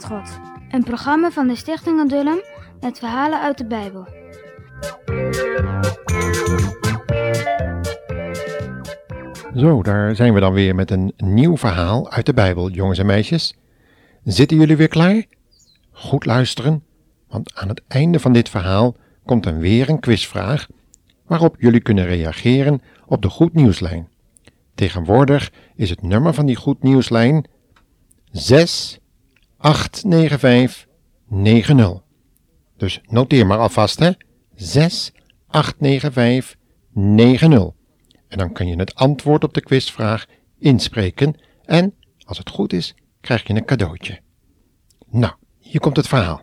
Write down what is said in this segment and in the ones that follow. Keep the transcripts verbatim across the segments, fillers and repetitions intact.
met God. Een programma van de Stichting Adullam met verhalen uit de Bijbel. Zo, daar zijn we dan weer met een nieuw verhaal uit de Bijbel, jongens en meisjes. Zitten jullie weer klaar? Goed luisteren, want aan het einde van dit verhaal komt dan weer een quizvraag waarop jullie kunnen reageren op de Goed Nieuwslijn. Tegenwoordig is het nummer van die Goed Nieuwslijn zes acht negen vijf negen nul. Dus noteer maar alvast, hè? zes acht negen vijf negen nul. En dan kun je het antwoord op de quizvraag inspreken en, als het goed is, krijg je een cadeautje. Nou, hier komt het verhaal.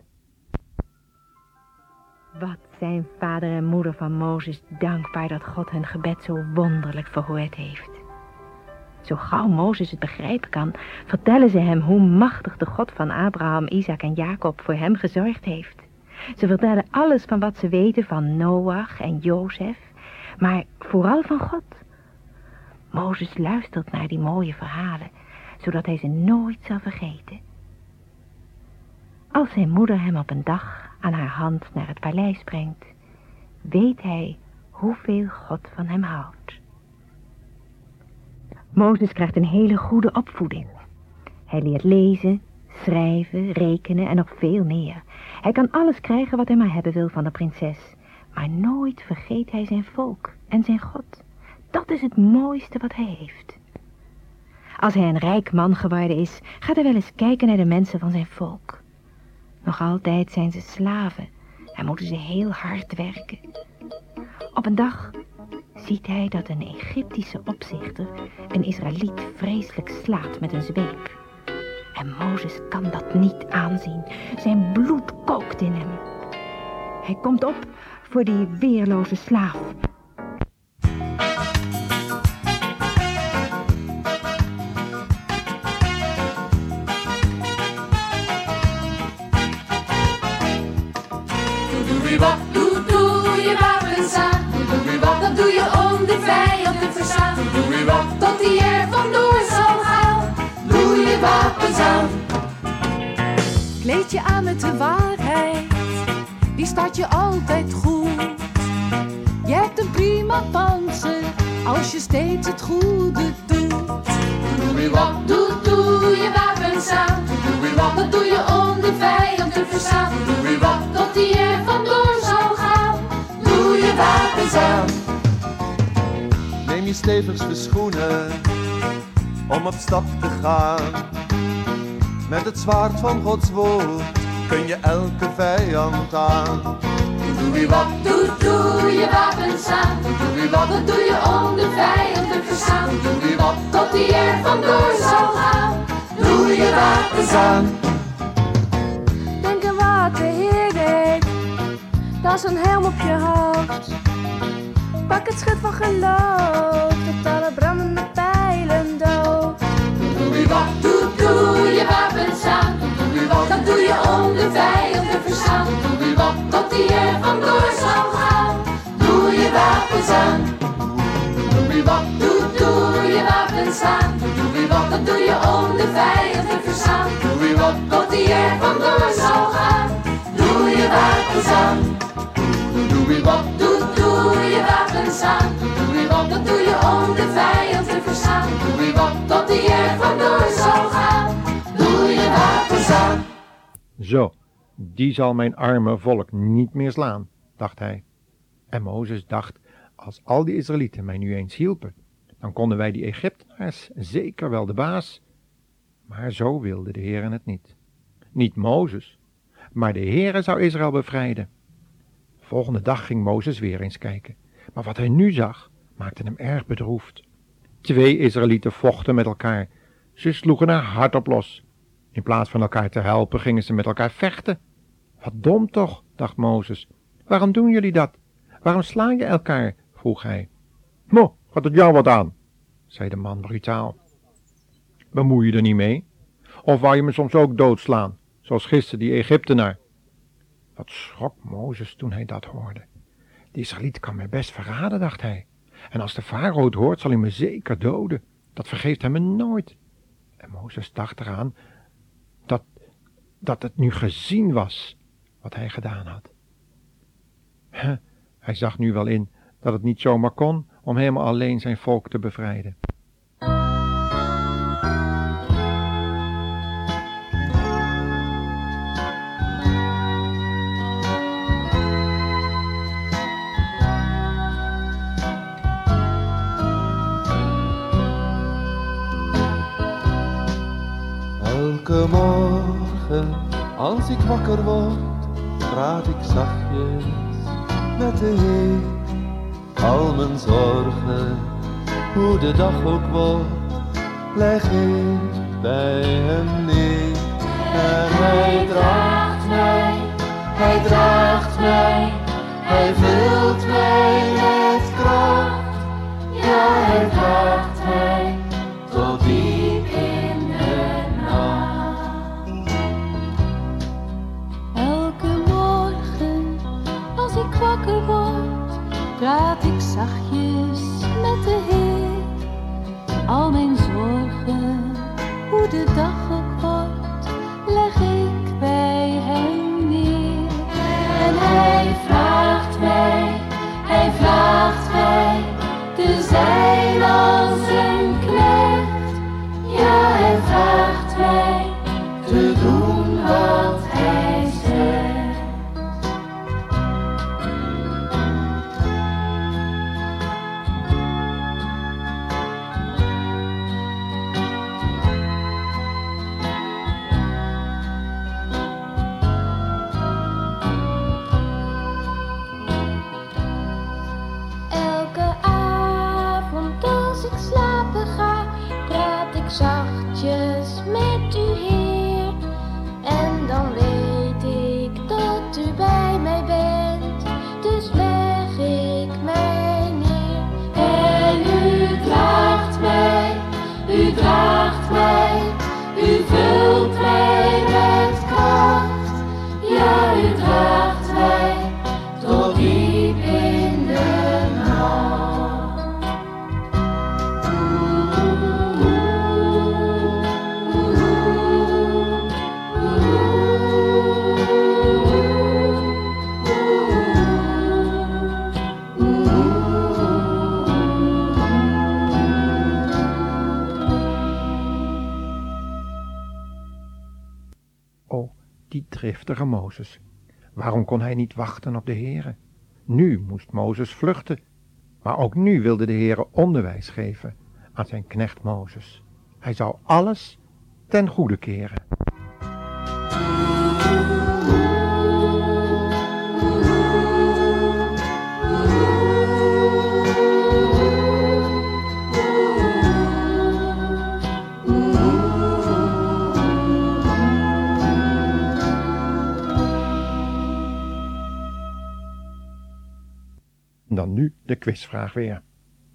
Wat zijn vader en moeder van Mozes dankbaar dat God hun gebed zo wonderlijk verhoord heeft. Zo gauw Mozes het begrijpen kan, vertellen ze hem hoe machtig de God van Abraham, Isaac en Jacob voor hem gezorgd heeft. Ze vertellen alles van wat ze weten van Noach en Jozef, maar vooral van God. Mozes luistert naar die mooie verhalen, zodat hij ze nooit zal vergeten. Als zijn moeder hem op een dag aan haar hand naar het paleis brengt, weet hij hoeveel God van hem houdt. Mozes krijgt een hele goede opvoeding. Hij leert lezen, schrijven, rekenen en nog veel meer. Hij kan alles krijgen wat hij maar hebben wil van de prinses, maar nooit vergeet hij zijn volk en zijn God. Dat is het mooiste wat hij heeft. Als hij een rijk man geworden is, gaat hij wel eens kijken naar de mensen van zijn volk. Nog altijd zijn ze slaven en moeten ze heel hard werken. Op een dag ziet hij dat een Egyptische opzichter een Israëliet vreselijk slaat met een zweep. En Mozes kan dat niet aanzien. Zijn bloed kookt in hem. Hij komt op voor die weerloze slaaf. Doe, doe je wapens aan. Dat doe je om de vijand te verslaan. Tot hij er vandoor zal gaan. Doe je wapens aan. Kleed je aan met de waarheid, die staat je altijd goed. Je hebt een prima panzer, als je steeds het goede doet. Doe, doe, doe je wapens aan. Dat doe je om de vijand te verslaan. Tot hij er vandoor zal gaan. Doe je wapens aan. Neem je stevigste schoenen om op stap te gaan. Met het zwaard van Gods woord kun je elke vijand aan. Doe, doe, doe je wapens aan. Dat doe je om de vijand te verslaan. Tot hij er vandoor zal gaan. Doe je wapens aan. Denk aan wat de Heer deed, dat is een helm op je hoofd. Pak het schild van geloof, tot alle brandende pijlen dood. Doe, doe je wapens aan. Dat doe je om de vijand te verslaan. Tot hij er vandoor zal gaan. Doe je wapens aan. Doe, doe je wapens aan. Dat doe je om de vijand te verslaan. Tot hij er vandoor zal gaan. Doe je wapens aan. Doe, doe je wapens aan. Dat doe je om de vijand te verslaan. Tot hij er vandoor zal gaan. Doe je wapens aan. Zo, die zal mijn arme volk niet meer slaan, dacht hij. En Mozes dacht, als al die Israëlieten mij nu eens hielpen, dan konden wij die Egyptenaars zeker wel de baas. Maar zo wilde de Heere het niet. Niet Mozes, maar de Heere zou Israël bevrijden. Volgende dag ging Mozes weer eens kijken, maar wat hij nu zag, maakte hem erg bedroefd. Twee Israëlieten vochten met elkaar. Ze sloegen er hard op los. In plaats van elkaar te helpen, gingen ze met elkaar vechten. Wat dom toch, dacht Mozes. Waarom doen jullie dat? Waarom slaan je elkaar? Vroeg hij. Mo, gaat het jou wat aan? Zei de man brutaal. Bemoei je er niet mee? Of wou je me soms ook doodslaan, zoals gisteren die Egyptenaar? Wat schrok Mozes toen hij dat hoorde. De Israëliet kan mij best verraden, dacht hij. En als de farao het hoort, zal hij me zeker doden. Dat vergeeft hij me nooit. En Mozes dacht eraan dat, dat het nu gezien was wat hij gedaan had. Huh, hij zag nu wel in dat het niet zomaar kon om helemaal alleen zijn volk te bevrijden. Elke morgen als ik wakker word, praat ik zachtjes met de Heer. Al mijn zorgen, hoe de dag ook wordt, leg ik bij hem neer. En hij draagt mij, hij draagt mij, hij vult mij met kracht. Ja, hij draagt mij tot diep in de nacht. Elke morgen als ik wakker word, praat ik zachtjes met de Heer. Al mijn zorgen, hoe de dag ook wordt, leg ik bij hem neer. En hij vraagt mij, hij vraagt mij te zijn als een knecht. Ja, hij vraagt mij te doen wat hij zegt. Zachtjes met u, Heer, en dan weet ik dat u bij mij bent, dus leg ik mij neer. En u draagt mij, u draagt mij, u vult mij met kracht. Ja, u draagt mij tot diep in de nacht. Die driftige Mozes. Waarom kon hij niet wachten op de Heere? Nu moest Mozes vluchten, maar ook nu wilde de Heere onderwijs geven aan zijn knecht Mozes. Hij zou alles ten goede keren. Dan nu de quizvraag weer.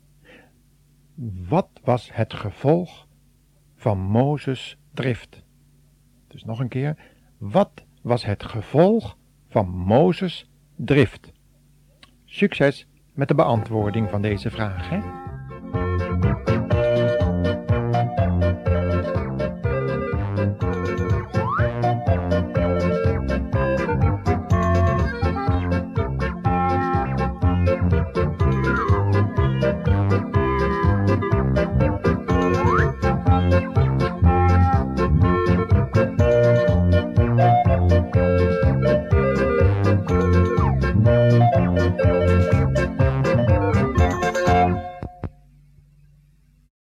Wat was het gevolg van Mozes drift? Dus nog een keer. Wat was het gevolg van Mozes drift? Succes met de beantwoording van deze vraag, hè?